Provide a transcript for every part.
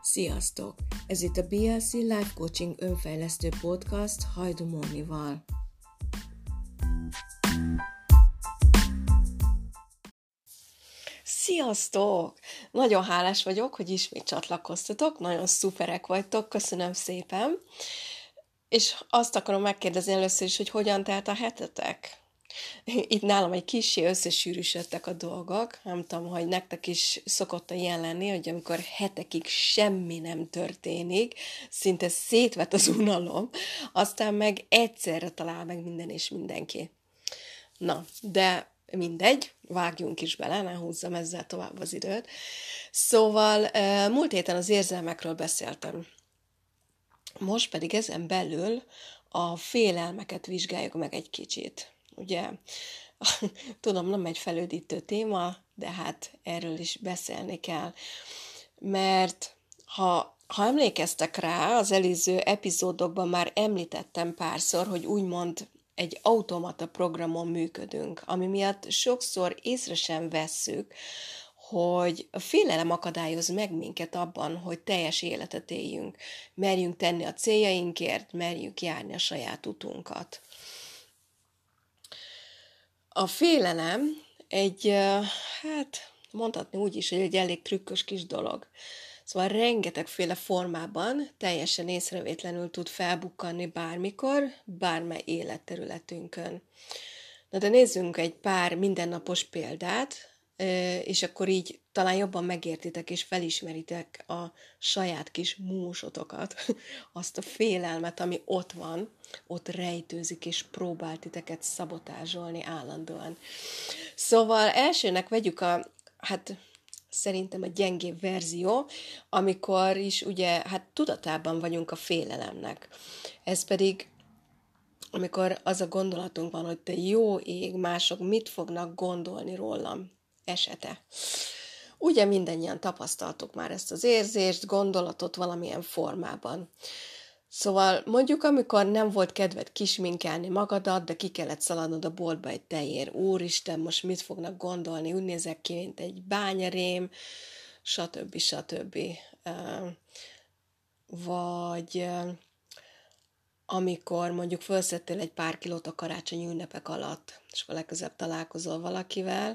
Sziasztok! Ez itt a BLC Life Coaching önfejlesztő podcast Hajdu Mónival. Sziasztok! Nagyon hálás vagyok, hogy ismét csatlakoztatok, nagyon szuperek vagytok, köszönöm szépen. És azt akarom megkérdezni először is, hogy hogyan telt a hetetek? Itt nálam egy kissé összesűrűsödtek a dolgok, nem tudom, hogy nektek is szokott ilyen lenni, hogy amikor hetekig semmi nem történik, szinte szétvet az unalom, aztán meg egyszerre talál meg minden és mindenki. Na, de mindegy, vágjunk is bele, ne húzzam ezzel tovább az időt. Szóval múlt héten az érzelmekről beszéltem. Most pedig ezen belül a félelmeket vizsgáljuk meg egy kicsit. Ugye, tudom, nem egy felődítő téma, de hát erről is beszélni kell. Mert ha emlékeztek rá, az előző epizódokban már említettem párszor, hogy úgymond egy automata programon működünk, ami miatt sokszor észre sem vesszük, hogy a félelem akadályoz meg minket abban, hogy teljes életet éljünk. Merjünk tenni a céljainkért, merjünk járni a saját utunkat. A félelem mondhatni úgy is, hogy egy elég trükkös kis dolog. Szóval rengetegféle formában teljesen észrevétlenül tud felbukkanni bármikor, bármely életterületünkön. Na de nézzünk egy pár mindennapos példát, és akkor így talán jobban megértitek és felismeritek a saját kis músotokat, azt a félelmet, ami ott van, ott rejtőzik és próbál titeket szabotázsolni állandóan. Szóval elsőnek vegyük szerintem a gyengébb verzió, amikor is ugye tudatában vagyunk a félelemnek. Ez pedig amikor az a gondolatunk van, hogy te jó ég, mások mit fognak gondolni rólam, esete. Ugye mindannyian tapasztaltuk már ezt az érzést, gondolatot valamilyen formában. Szóval mondjuk, amikor nem volt kedved kisminkelni magadat, de ki kellett szaladnod a boltba egy tejér. Úristen, most mit fognak gondolni? Úgy nézek ki, mint egy bányarém, stb. Vagy amikor mondjuk felszettél egy pár kilót a karácsonyi ünnepek alatt, és akkor legközelebb találkozol valakivel,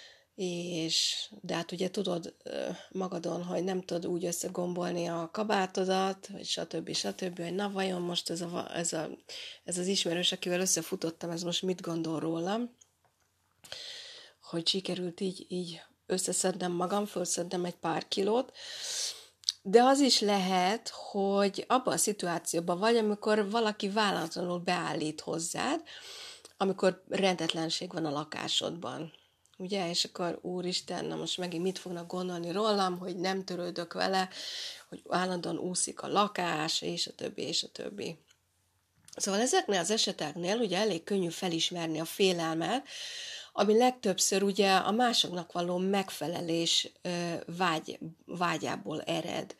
de hát ugye tudod magadon, hogy nem tudod úgy összegombolni a kabátodat, vagy stb., hogy na vajon most ez az ismerős, akivel összefutottam, ez most mit gondol rólam, hogy sikerült így összeszednem magam, fölszednem egy pár kilót, de az is lehet, hogy abban a szituációban vagy, amikor valaki váratlanul beállít hozzád, amikor rendetlenség van a lakásodban. Ugye, és akkor úristen, na most megint mit fognak gondolni rólam, hogy nem törődök vele, hogy állandóan úszik a lakás, és a többi, és a többi. Szóval ezeknél az eseteknél ugye elég könnyű felismerni a félelmet, ami legtöbbször ugye a másoknak való megfelelés vágyából ered.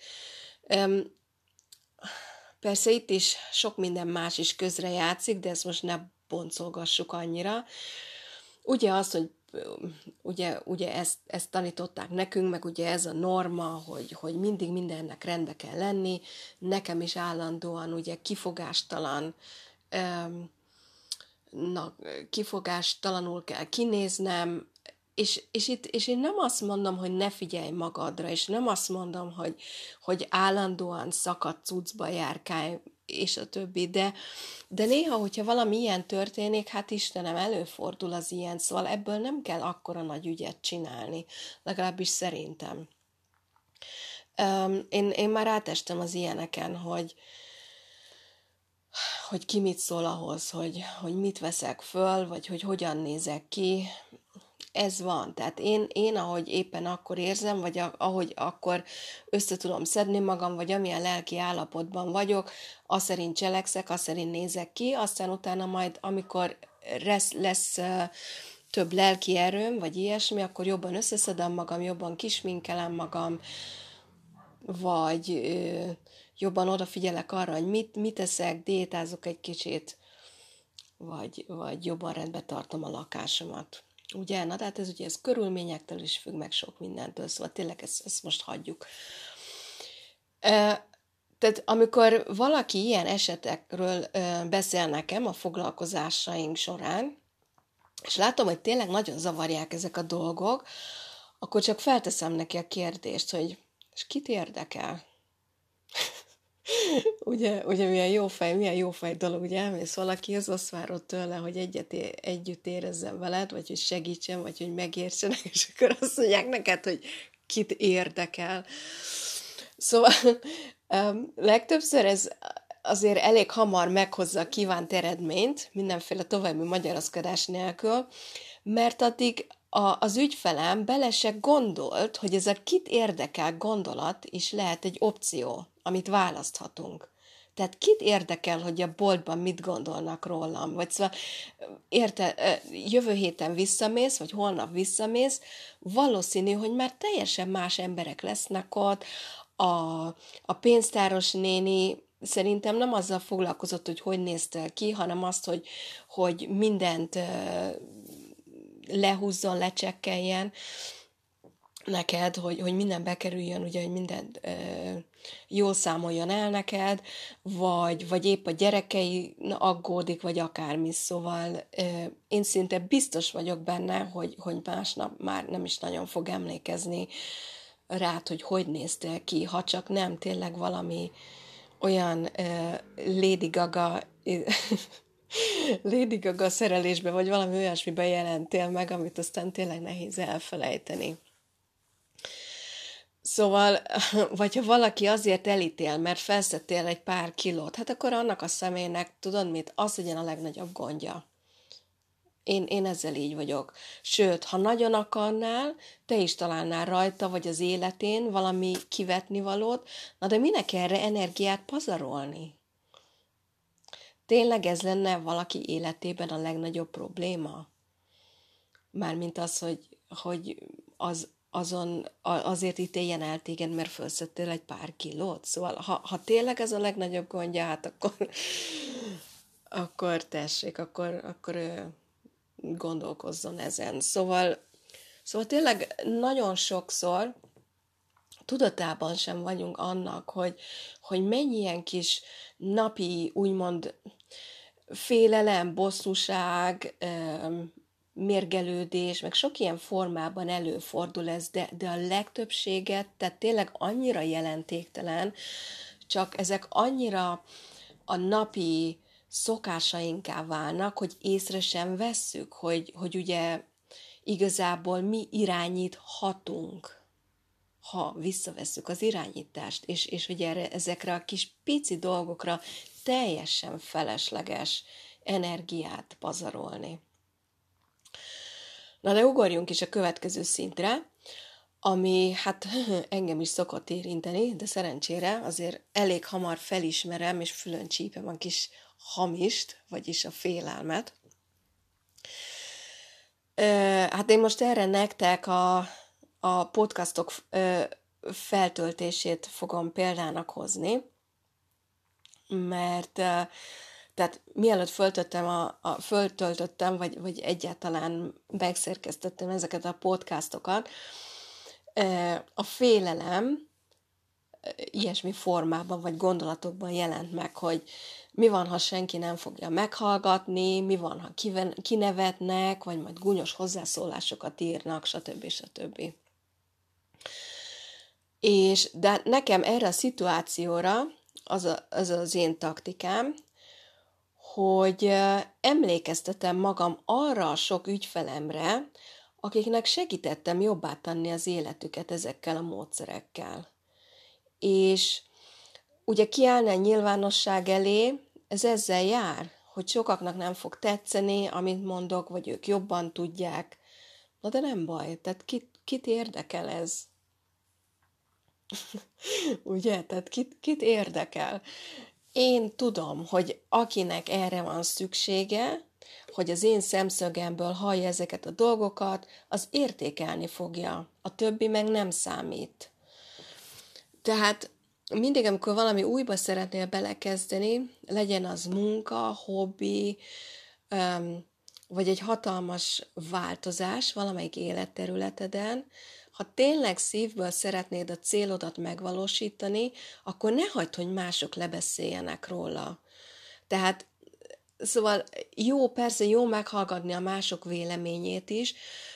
Persze itt is sok minden más is közrejátszik, de ezt most ne boncolgassuk annyira. Ugye az, hogy ugye ezt tanították nekünk, meg ugye ez a norma, hogy mindig mindennek rendbe kell lenni, nekem is állandóan ugye kifogástalanul kell kinéznem, és én nem azt mondom, hogy ne figyelj magadra, és nem azt mondom, hogy állandóan szakadt cuccba járkálj, és a többi, de néha, hogyha valami ilyen történik, hát Istenem, előfordul az ilyen, szóval ebből nem kell akkora nagy ügyet csinálni, legalábbis szerintem. Én már átestem az ilyeneken, hogy ki mit szól ahhoz, hogy mit veszek föl, vagy hogy hogyan nézek ki. Ez van. Tehát én ahogy éppen akkor érzem, vagy ahogy akkor össze tudom szedni magam, vagy amilyen lelki állapotban vagyok, azt szerint cselekszek, azt szerint nézek ki, aztán utána majd, amikor lesz több lelki erőm, vagy ilyesmi, akkor jobban összeszedem magam, jobban kisminkelem magam, vagy jobban odafigyelek arra, hogy mit eszek, diétázok egy kicsit, vagy jobban rendbe tartom a lakásomat. Ugye, na tehát ez körülményektől is függ, meg sok mindentől, szóval tényleg ezt most hagyjuk. Tehát amikor valaki ilyen esetekről beszél nekem a foglalkozásaink során, és látom, hogy tényleg nagyon zavarják ezek a dolgok, akkor csak felteszem neki a kérdést, hogy és kit érdekel? ugye milyen jófej dolog, ugye elmész valakihez, azt várod tőle, hogy együtt érezzen veled, vagy hogy segítsen, vagy hogy megértsenek, és akkor azt mondják neked, hogy kit érdekel. Szóval legtöbbször ez azért elég hamar meghozza a kívánt eredményt, mindenféle további magyarázkodás nélkül, mert addig az ügyfelem bele se gondolt, hogy ez a kit érdekel gondolat is lehet egy opció, amit választhatunk. Tehát kit érdekel, hogy a boltban mit gondolnak rólam? Vagy szóval, jövő héten visszamész, vagy holnap visszamész, valószínű, hogy már teljesen más emberek lesznek ott, a pénztáros néni szerintem nem azzal foglalkozott, hogy néztél ki, hanem azt, hogy mindent lehúzzon, lecsekkeljen neked, hogy minden bekerüljön, ugye, hogy mindent jól számoljon el neked, vagy épp a gyerekei aggódik, vagy akármi. Szóval én szinte biztos vagyok benne, hogy másnap már nem is nagyon fog emlékezni rád, hogy néztél ki, ha csak nem tényleg valami olyan Lady Gaga Lady Gaga szerelésbe, vagy valami olyasmiben jelentél meg, amit aztán tényleg nehéz elfelejteni. Szóval, vagy ha valaki azért elítél, mert felszedtél egy pár kilót, hát akkor annak a személynek, tudod mit, az legyen a legnagyobb gondja. Én ezzel így vagyok. Sőt, ha nagyon akarnál, te is találnál rajta, vagy az életén valami kivetnivalót, na de minek erre energiát pazarolni? Tényleg ez lenne valaki életében a legnagyobb probléma? Mármint az, hogy azért ítéljen el téged, mert felszettél egy pár kilót. Szóval, ha tényleg ez a legnagyobb gondja, hát akkor tessék, akkor gondolkozzon ezen. Szóval tényleg nagyon sokszor tudatában sem vagyunk annak, hogy mennyi ilyen kis napi, úgymond félelem, bosszúság, mérgelődés, meg sok ilyen formában előfordul ez, de a legtöbbséget, tehát tényleg annyira jelentéktelen, csak ezek annyira a napi szokásainká válnak, hogy észre sem vesszük, hogy ugye igazából mi irányíthatunk, ha visszavesszük az irányítást, és hogy ezekre a kis pici dolgokra teljesen felesleges energiát pazarolni. Na de ugorjunk is a következő szintre, ami hát engem is szokott érinteni, de szerencsére azért elég hamar felismerem, és fülön csípem a kis hamist, vagyis a félelmet. Hát én most erre nektek a podcastok feltöltését fogom példának hozni, mert tehát mielőtt föltöltöttem, vagy egyáltalán megszerkesztettem ezeket a podcastokat, a félelem ilyesmi formában, vagy gondolatokban jelent meg, hogy mi van, ha senki nem fogja meghallgatni, mi van, ha kinevetnek, vagy majd gúnyos hozzászólásokat írnak, stb. De nekem erre a szituációra az én taktikám, hogy emlékeztetem magam arra a sok ügyfelemre, akiknek segítettem jobbá tenni az életüket ezekkel a módszerekkel. És ugye kiállni a nyilvánosság elé, ez ezzel jár, hogy sokaknak nem fog tetszeni, amit mondok, vagy ők jobban tudják. Na de nem baj, tehát kit érdekel ez? Ugye? Tehát kit érdekel? Én tudom, hogy akinek erre van szüksége, hogy az én szemszögemből hallja ezeket a dolgokat, az értékelni fogja. A többi meg nem számít. Tehát mindig, amikor valami újba szeretnél belekezdeni, legyen az munka, hobbi, vagy egy hatalmas változás valamelyik életterületeden, ha tényleg szívből szeretnéd a célodat megvalósítani, akkor ne hagyd, hogy mások lebeszéljenek róla. Tehát, szóval jó, persze jó meghallgatni a mások véleményét is,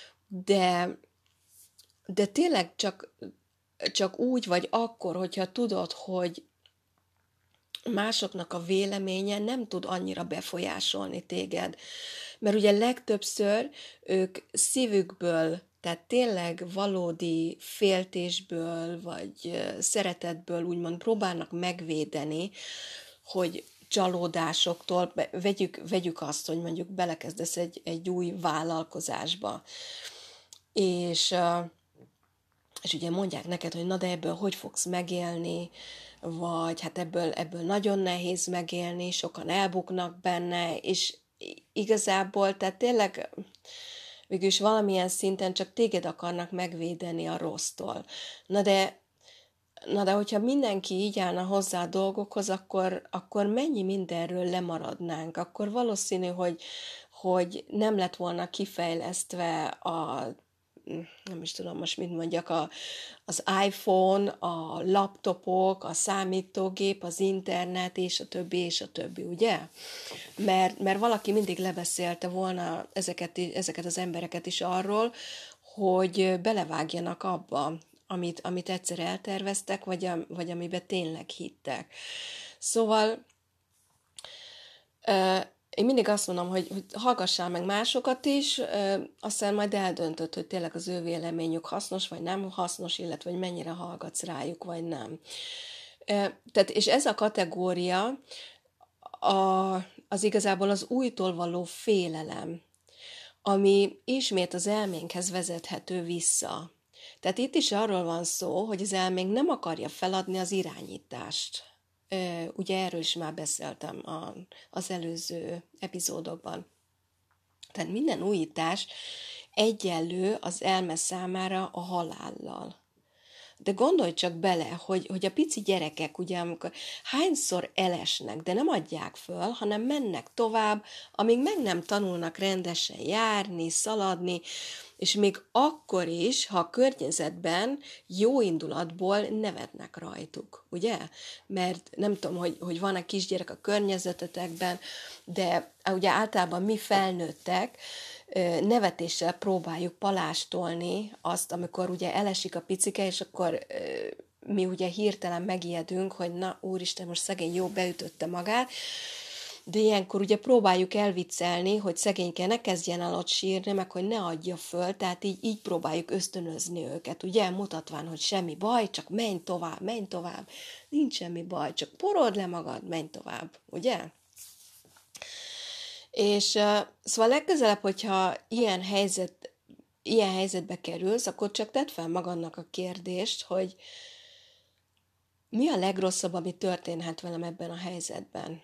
de tényleg csak úgy vagy akkor, hogyha tudod, hogy másoknak a véleménye nem tud annyira befolyásolni téged. Mert ugye legtöbbször ők szívükből, tehát tényleg valódi féltésből, vagy szeretetből úgymond próbálnak megvédeni, hogy csalódásoktól, vegyük azt, hogy mondjuk belekezdesz egy új vállalkozásba, és ugye mondják neked, hogy na de ebből hogy fogsz megélni, vagy hát ebből nagyon nehéz megélni, sokan elbuknak benne, és igazából, tehát tényleg végülis valamilyen szinten csak téged akarnak megvédeni a rossztól. Na de hogyha mindenki így állna hozzá a dolgokhoz, akkor mennyi mindenről lemaradnánk. Akkor valószínű, hogy nem lett volna kifejlesztve nem is tudom most mit mondjak, az iPhone, a laptopok, a számítógép, az internet, és a többi, ugye? Mert valaki mindig lebeszélte volna ezeket az embereket is arról, hogy belevágjanak abba, amit egyszer elterveztek, vagy amiben tényleg hittek. Szóval én mindig azt mondom, hogy hallgassál meg másokat is, aztán majd eldöntöd, hogy tényleg az ő véleményük hasznos, vagy nem hasznos, illetve hogy mennyire hallgatsz rájuk, vagy nem. Tehát, és ez a kategória az igazából az újtól való félelem, ami ismét az elménkhez vezethető vissza. Tehát itt is arról van szó, hogy az elménk nem akarja feladni az irányítást. Ugye erről is már beszéltem az előző epizódokban. Tehát minden újítás egyenlő az elme számára a halállal. De gondolj csak bele, hogy a pici gyerekek, ugye, amikor hányszor elesnek, de nem adják föl, hanem mennek tovább, amíg meg nem tanulnak rendesen járni, szaladni, és még akkor is, ha a környezetben jó indulatból nevetnek rajtuk, ugye? Mert nem tudom, hogy van-e kisgyerek a környezetetekben, de ugye általában mi felnőttek, nevetéssel próbáljuk palástolni azt, amikor ugye elesik a picike, és akkor mi ugye hirtelen megijedünk, hogy na, úristen, most szegény jó beütötte magát, de ilyenkor ugye próbáljuk elviccelni, hogy szegényke ne kezdjen el ott sírni, meg hogy ne adja föl, tehát így próbáljuk ösztönözni őket, ugye, mutatván, hogy semmi baj, csak menj tovább, nincs semmi baj, csak porold le magad, menj tovább, ugye? És szóval legközelebb, hogyha ilyen helyzetbe kerülsz, akkor csak tedd fel magadnak a kérdést, hogy mi a legrosszabb, ami történhet velem ebben a helyzetben.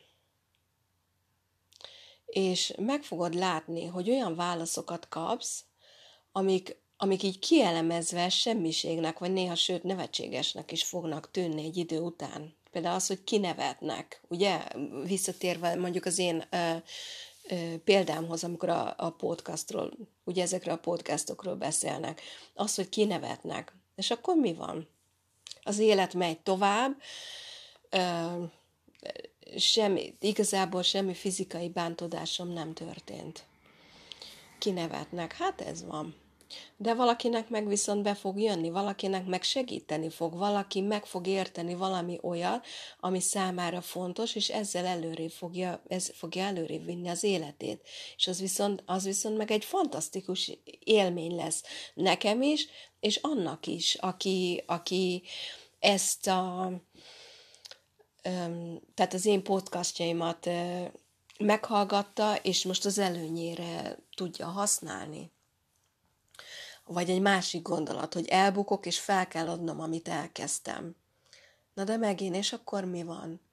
És meg fogod látni, hogy olyan válaszokat kapsz, amik így kielemezve semmiségnek, vagy néha sőt nevetségesnek is fognak tűnni egy idő után. Például az, hogy kinevetnek, ugye? Visszatérve mondjuk az én példámhoz, amikor a podcastról, ugye ezekről a podcastokról beszélnek, az, hogy kinevetnek. És akkor mi van? Az élet megy tovább, igazából semmi fizikai bántódásom nem történt. Kinevetnek, hát ez van. De valakinek meg viszont be fog jönni, valakinek meg segíteni fog, valaki meg fog érteni valami olyat, ami számára fontos, és ezzel ez fogja előrébb vinni az életét. És az viszont meg egy fantasztikus élmény lesz nekem is, és annak is, aki ezt tehát az én podcastjaimat meghallgatta, és most az előnyére tudja használni. Vagy egy másik gondolat, hogy elbukok, és fel kell adnom, amit elkezdtem. Na de megint, és akkor mi van?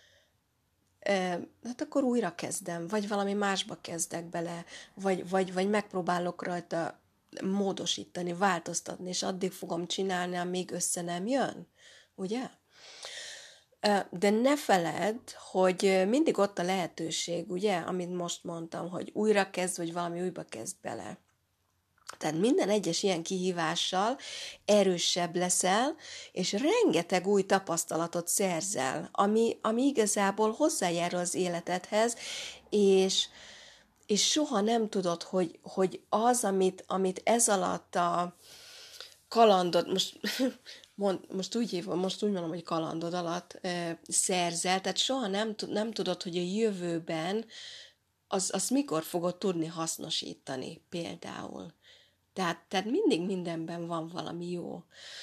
Hát akkor újra kezdem, vagy valami másba kezdek bele, vagy megpróbálok rajta módosítani, változtatni, és addig fogom csinálni, amíg össze nem jön. Ugye? De ne feledd, hogy mindig ott a lehetőség, ugye, amit most mondtam, hogy újra kezd, vagy valami újba kezd bele. Tehát minden egyes ilyen kihívással erősebb leszel, és rengeteg új tapasztalatot szerzel, ami igazából hozzájárul az életedhez, és, és soha nem tudod, hogy az, amit ez alatt a kalandod, most úgy hívom, most úgy mondom, hogy kalandod alatt szerzel, tehát soha nem tudod, hogy a jövőben azt mikor fogod tudni hasznosítani például. Tehát mindig mindenben van valami jó.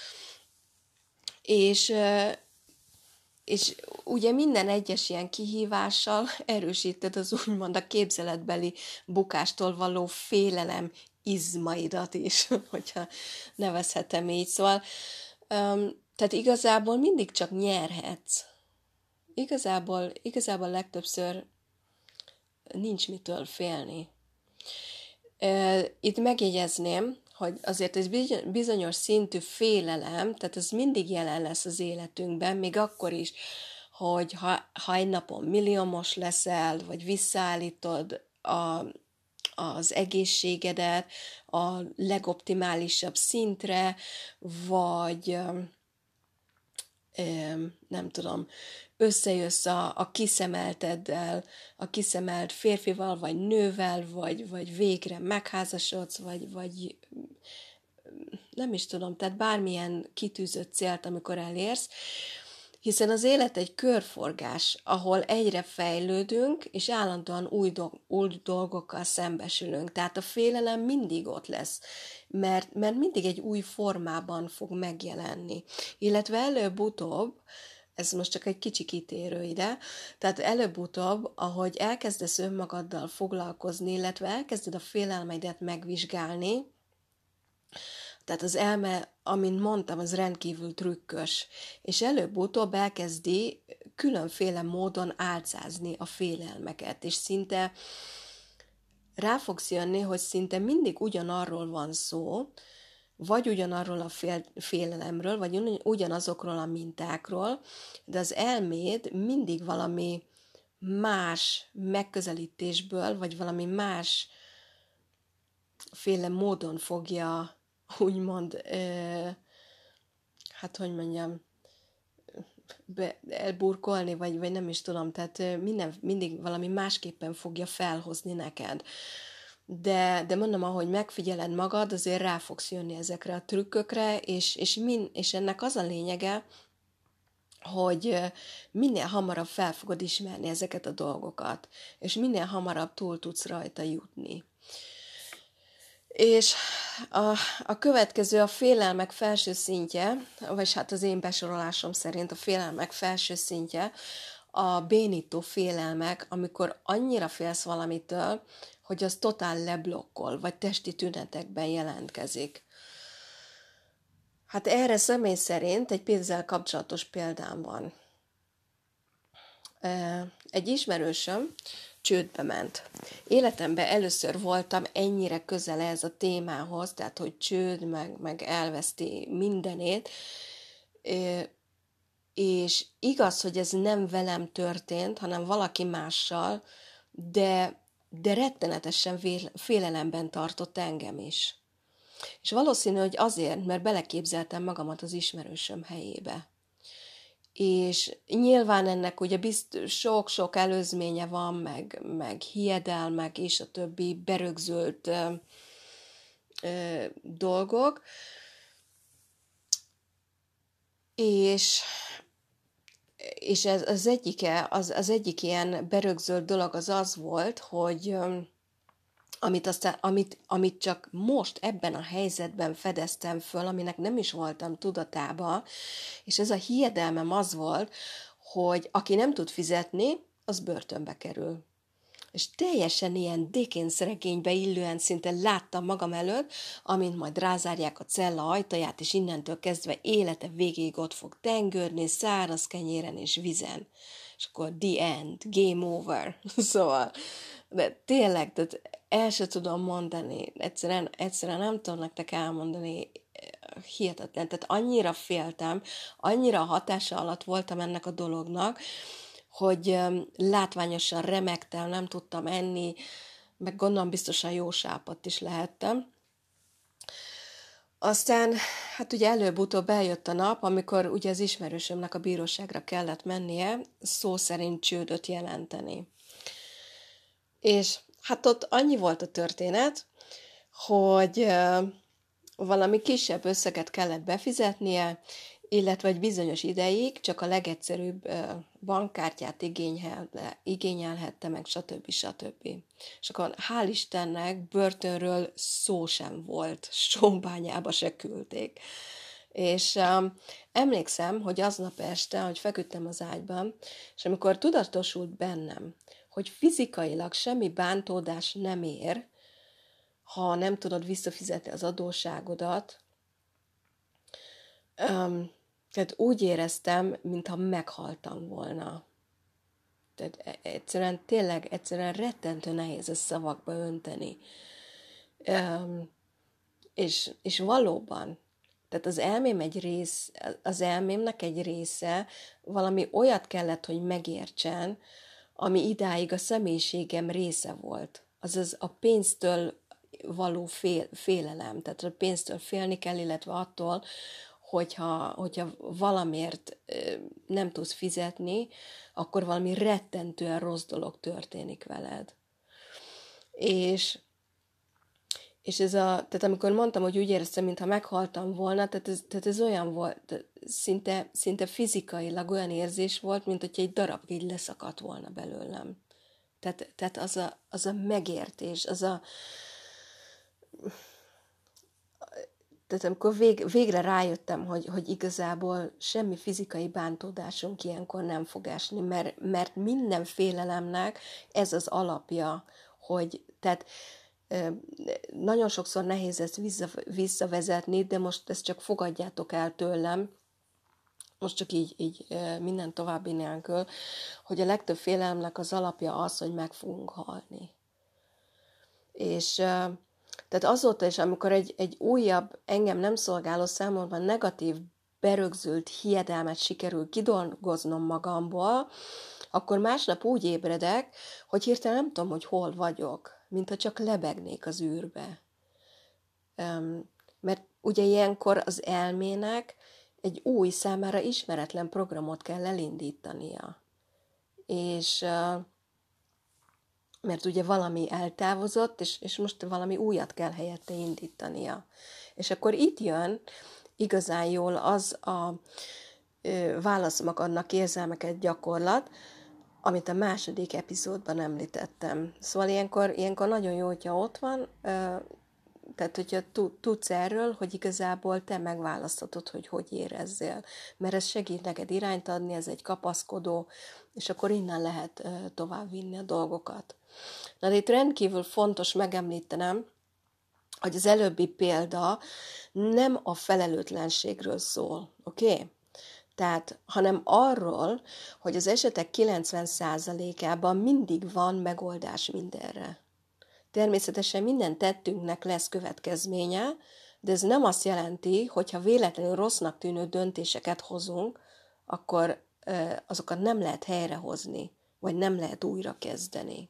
És ugye minden egyes ilyen kihívással erősíted az úgymond a képzeletbeli bukástól való félelem izmaidat is, hogyha nevezhetem így. Szóval, tehát igazából mindig csak nyerhetsz. Igazából legtöbbször nincs mitől félni. Itt megjegyezném, hogy azért ez bizonyos szintű félelem, tehát ez mindig jelen lesz az életünkben, még akkor is, hogy ha egy napon milliómos leszel, vagy visszaállítod az egészségedet a legoptimálisabb szintre, vagy nem tudom, összejössz a kiszemelteddel, a kiszemelt férfival, vagy nővel, vagy végre megházasodsz, vagy nem is tudom, tehát bármilyen kitűzött célt, amikor elérsz, hiszen az élet egy körforgás, ahol egyre fejlődünk, és állandóan új dolgokkal szembesülünk. Tehát a félelem mindig ott lesz, mert mindig egy új formában fog megjelenni. Illetve előbb-utóbb, ez most csak egy kicsi kitérő ide, tehát előbb-utóbb, ahogy elkezdesz önmagaddal foglalkozni, illetve elkezded a félelmeidet megvizsgálni, tehát az elme, amint mondtam, az rendkívül trükkös, és előbb-utóbb elkezdi különféle módon álcázni a félelmeket, és szinte rá fogsz jönni, hogy szinte mindig ugyanarról van szó, vagy ugyanarról a félelemről, vagy ugyanazokról a mintákról, de az elméd mindig valami más megközelítésből, vagy valami más féle módon fogja úgymond, hát hogy mondjam, elburkolni, vagy nem is tudom, tehát mindig valami másképpen fogja felhozni neked. De mondom, ahogy megfigyeled magad, azért rá fogsz jönni ezekre a trükkökre, és ennek az a lényege, hogy minél hamarabb fel fogod ismerni ezeket a dolgokat, és minél hamarabb túl tudsz rajta jutni. És a következő a félelmek felső szintje, vagy hát az én besorolásom szerint a félelmek felső szintje, a bénító félelmek, amikor annyira félsz valamitől, hogy az totál leblokkol, vagy testi tünetekben jelentkezik. Hát erre személy szerint egy pénzzel kapcsolatos példám van. Egy ismerősöm csődbe ment. Életemben először voltam ennyire közel ez a témához, tehát hogy csőd, meg elveszti mindenét, és igaz, hogy ez nem velem történt, hanem valaki mással, de rettenetesen félelemben tartott engem is. És valószínű, hogy azért, mert beleképzeltem magamat az ismerősöm helyébe. És nyilván ennek ugye sok-sok előzménye van, meg hiedelmek és a többi berögzült dolgok, és ez az egyik ilyen berögzült dolog az volt, hogy amit csak most ebben a helyzetben fedeztem föl, aminek nem is voltam tudatába, és ez a hiedelmem az volt, hogy aki nem tud fizetni, az börtönbe kerül. És teljesen ilyen Dickens regénybe illően szinte láttam magam előtt, amint majd rázárják a cella ajtaját, és innentől kezdve élete végéig ott fog tengődni, száraz kenyéren és vizen. És akkor the end, game over. Szóval, de tényleg, tehát el se tudom mondani, egyszerűen nem tudom nektek elmondani, hihetetlen. Tehát annyira féltem, annyira hatása alatt voltam ennek a dolognak, hogy látványosan remegtem, nem tudtam enni, meg gondolom biztosan jó sápadt is lehettem. Aztán, hát ugye előbb-utóbb eljött a nap, amikor ugye az ismerősömnek a bíróságra kellett mennie, szó szerint csődöt jelenteni. És hát ott annyi volt a történet, hogy valami kisebb összeget kellett befizetnie, illetve egy bizonyos ideig csak a legegyszerűbb bankkártyát igényelhette meg, stb. Stb. És akkor hál' Istennek börtönről szó sem volt, Sombányába se küldték. És emlékszem, hogy aznap este, hogy feküdtem az ágyban, és amikor tudatosult bennem, hogy fizikailag semmi bántódás nem ér, ha nem tudod visszafizetni az adósságodat, tehát úgy éreztem, mintha meghaltam volna. Tehát egyszerűen rettentő nehéz ezt szavakba önteni. És valóban, tehát az elmémnek egy része valami olyat kellett, hogy megértsen, ami idáig a személyiségem része volt. Azaz a pénztől való félelem. Tehát a pénztől félni kell, illetve attól, hogyha valamiért nem tudsz fizetni, akkor valami rettentően rossz dolog történik veled. És tehát amikor mondtam, hogy úgy éreztem, mintha meghaltam volna, tehát ez olyan volt, szinte fizikailag olyan érzés volt, mint hogy egy darab így leszakadt volna belőlem. Tehát az a megértés, tehát amikor végre rájöttem, hogy igazából semmi fizikai bántódásunk ilyenkor nem fog esni, mert minden félelemnek ez az alapja, hogy tehát nagyon sokszor nehéz ezt visszavezetni, de most ezt csak fogadjátok el tőlem, most csak így minden további nélkül, hogy a legtöbb félelemnek az alapja az, hogy meg fogunk halni. És tehát azóta is, amikor egy újabb, engem nem szolgáló számomra negatív, berögzült hiedelmet sikerül kidolgoznom magamból, akkor másnap úgy ébredek, hogy hirtelen nem tudom, hogy hol vagyok, mintha csak lebegnék az űrbe. Mert ugye ilyenkor az elmének egy új, számára ismeretlen programot kell elindítania. És mert ugye valami eltávozott, és most valami újat kell helyette indítania. És akkor itt jön igazán jól az a válasz magadnak érzelmeket gyakorlat, amit a második epizódban említettem. Szóval ilyenkor nagyon jó, hogyha ott van, tehát hogyha tudsz erről, hogy igazából te megválaszthatod, hogy érezzél. Mert ez segít neked irányt adni, ez egy kapaszkodó, és akkor innen lehet tovább vinni a dolgokat. Na, de itt rendkívül fontos megemlítenem, hogy az előbbi példa nem a felelőtlenségről szól, oké? Tehát, hanem arról, hogy az esetek 90%-ában mindig van megoldás mindenre. Természetesen minden tettünknek lesz következménye, de ez nem azt jelenti, hogy ha véletlenül rossznak tűnő döntéseket hozunk, akkor azokat nem lehet helyrehozni, vagy nem lehet újra kezdeni.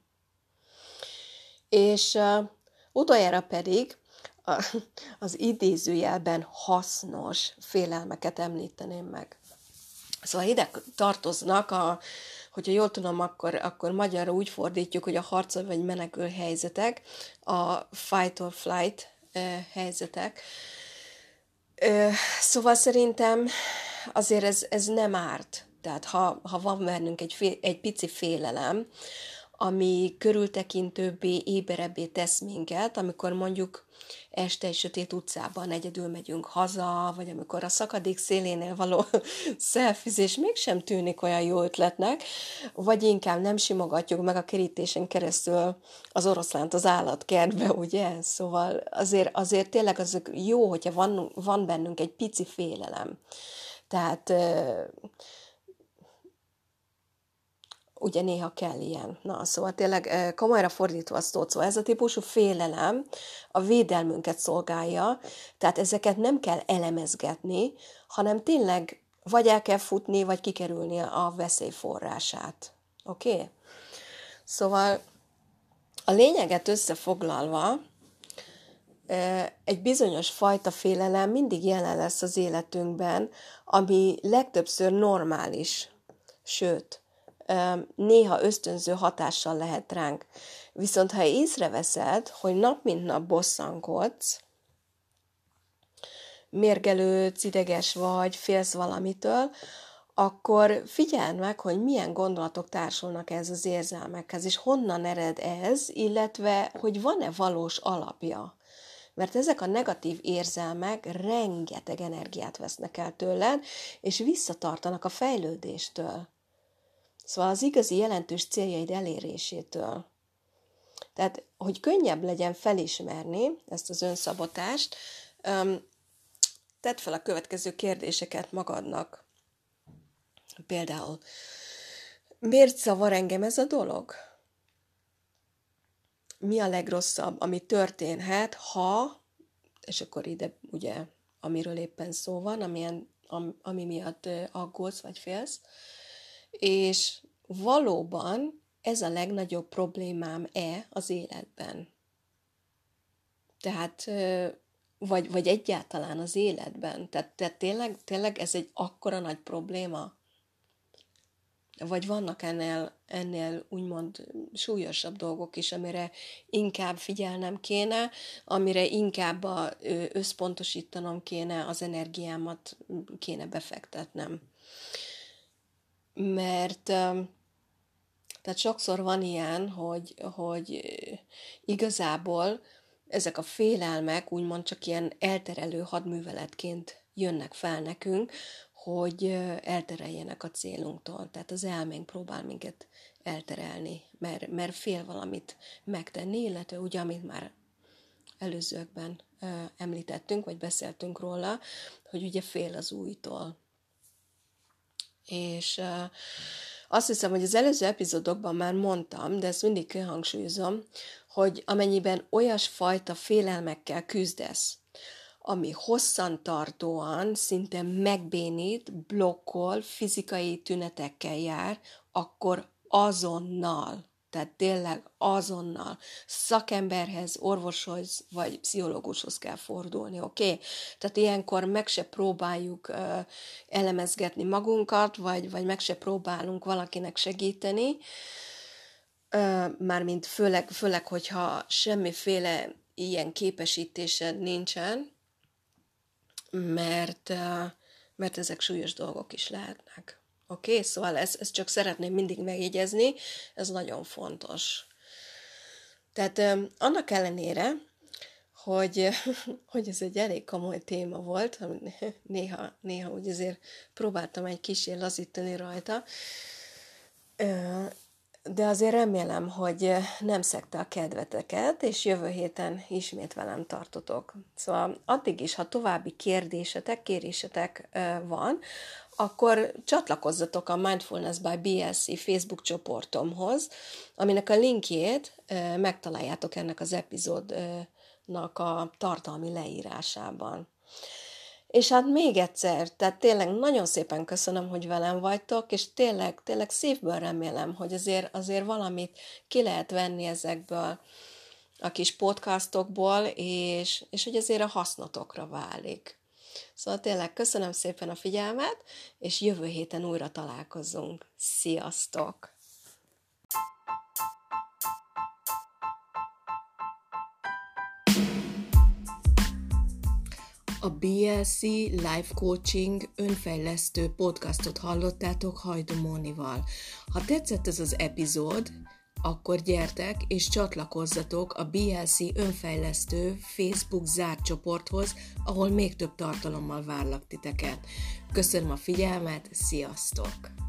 És utoljára pedig az idézőjelben hasznos félelmeket említeném meg. Szóval ide tartoznak, hogyha jól tudom, akkor magyarra úgy fordítjuk, hogy a harcol vagy menekül helyzetek, a fight or flight helyzetek. Szóval szerintem azért ez nem árt. Tehát ha van bennünk egy pici félelem, ami körültekintőbbé, éberebbé tesz minket, amikor mondjuk este egy sötét utcában egyedül megyünk haza, vagy amikor a szakadék szélénél való szelfizés mégsem tűnik olyan jó ötletnek, vagy inkább nem simogatjuk meg a kerítésen keresztül az oroszlánt az állatkertbe, ugye? Szóval azért tényleg az jó, hogyha van bennünk egy pici félelem. Tehát ugye néha kell ilyen. Na, szóval tényleg komolyra fordítva a szót, szóval ez a típusú félelem a védelmünket szolgálja, tehát ezeket nem kell elemezgetni, hanem tényleg vagy el kell futni, vagy kikerülni a veszély forrását. Oké? Szóval a lényeget összefoglalva, egy bizonyos fajta félelem mindig jelen lesz az életünkben, ami legtöbbször normális, sőt, néha ösztönző hatással lehet ránk. Viszont ha észreveszed, hogy nap mint nap bosszankodsz, mérgelődsz, ideges vagy, félsz valamitől, akkor figyeld meg, hogy milyen gondolatok társulnak ez az érzelmekhez, és honnan ered ez, illetve hogy van-e valós alapja. Mert ezek a negatív érzelmek rengeteg energiát vesznek el tőled, és visszatartanak a fejlődéstől. Szóval az igazi jelentős céljaid elérésétől. Tehát, hogy könnyebb legyen felismerni ezt az önszabotást, tedd fel a következő kérdéseket magadnak. Például, miért zavar engem ez a dolog? Mi a legrosszabb, ami történhet, ha, és akkor ide ugye, amiről éppen szó van, ami miatt aggódsz vagy félsz, és valóban ez a legnagyobb problémám-e az életben? Tehát, vagy egyáltalán az életben? Tehát tényleg ez egy akkora nagy probléma? Vagy vannak ennél úgymond súlyosabb dolgok is, amire inkább figyelnem kéne, amire inkább összpontosítanom kéne, az energiámat kéne befektetnem. Mert tehát sokszor van ilyen, hogy igazából ezek a félelmek úgymond csak ilyen elterelő hadműveletként jönnek fel nekünk, hogy eltereljenek a célunktól. Tehát az elménk próbál minket elterelni, mert fél valamit megtenni, illetve ugye, amit már előzőkben említettünk, vagy beszéltünk róla, hogy ugye fél az újtól. És azt hiszem, hogy az előző epizódokban már mondtam, de ezt mindig kihangsúlyozom, hogy amennyiben olyasfajta félelmekkel küzdesz, ami hosszantartóan, szinte megbénít, blokkol, fizikai tünetekkel jár, akkor azonnal, tehát tényleg azonnal szakemberhez, orvoshoz vagy pszichológushoz kell fordulni, oké? Tehát ilyenkor meg se próbáljuk elemezgetni magunkat, vagy meg se próbálunk valakinek segíteni, mármint főleg, hogyha semmiféle ilyen képesítésed nincsen, mert ezek súlyos dolgok is lehetnek. Oké? Szóval ezt csak szeretném mindig megjegyezni, ez nagyon fontos. Tehát annak ellenére, hogy ez egy elég komoly téma volt, néha úgy azért próbáltam egy kicsit lazítani rajta, de azért remélem, hogy nem szegte a kedveteket, és jövő héten ismét velem tartotok. Szóval addig is, ha további kérésetek van, akkor csatlakozzatok a Mindfulness by BLC Facebook csoportomhoz, aminek a linkjét megtaláljátok ennek az epizódnak a tartalmi leírásában. És hát még egyszer, tehát tényleg nagyon szépen köszönöm, hogy velem vagytok, és tényleg szívből remélem, hogy azért valamit ki lehet venni ezekből a kis podcastokból, és hogy azért a hasznotokra válik. Szóval tényleg köszönöm szépen a figyelmet, és jövő héten újra találkozunk. Sziasztok! A BLC Life Coaching önfejlesztő podcastot hallottátok Hajdú Mónival. Ha tetszett ez az epizód, akkor gyertek és csatlakozzatok a BLC önfejlesztő Facebook zárt csoporthoz, ahol még több tartalommal várlak titeket. Köszönöm a figyelmet, sziasztok!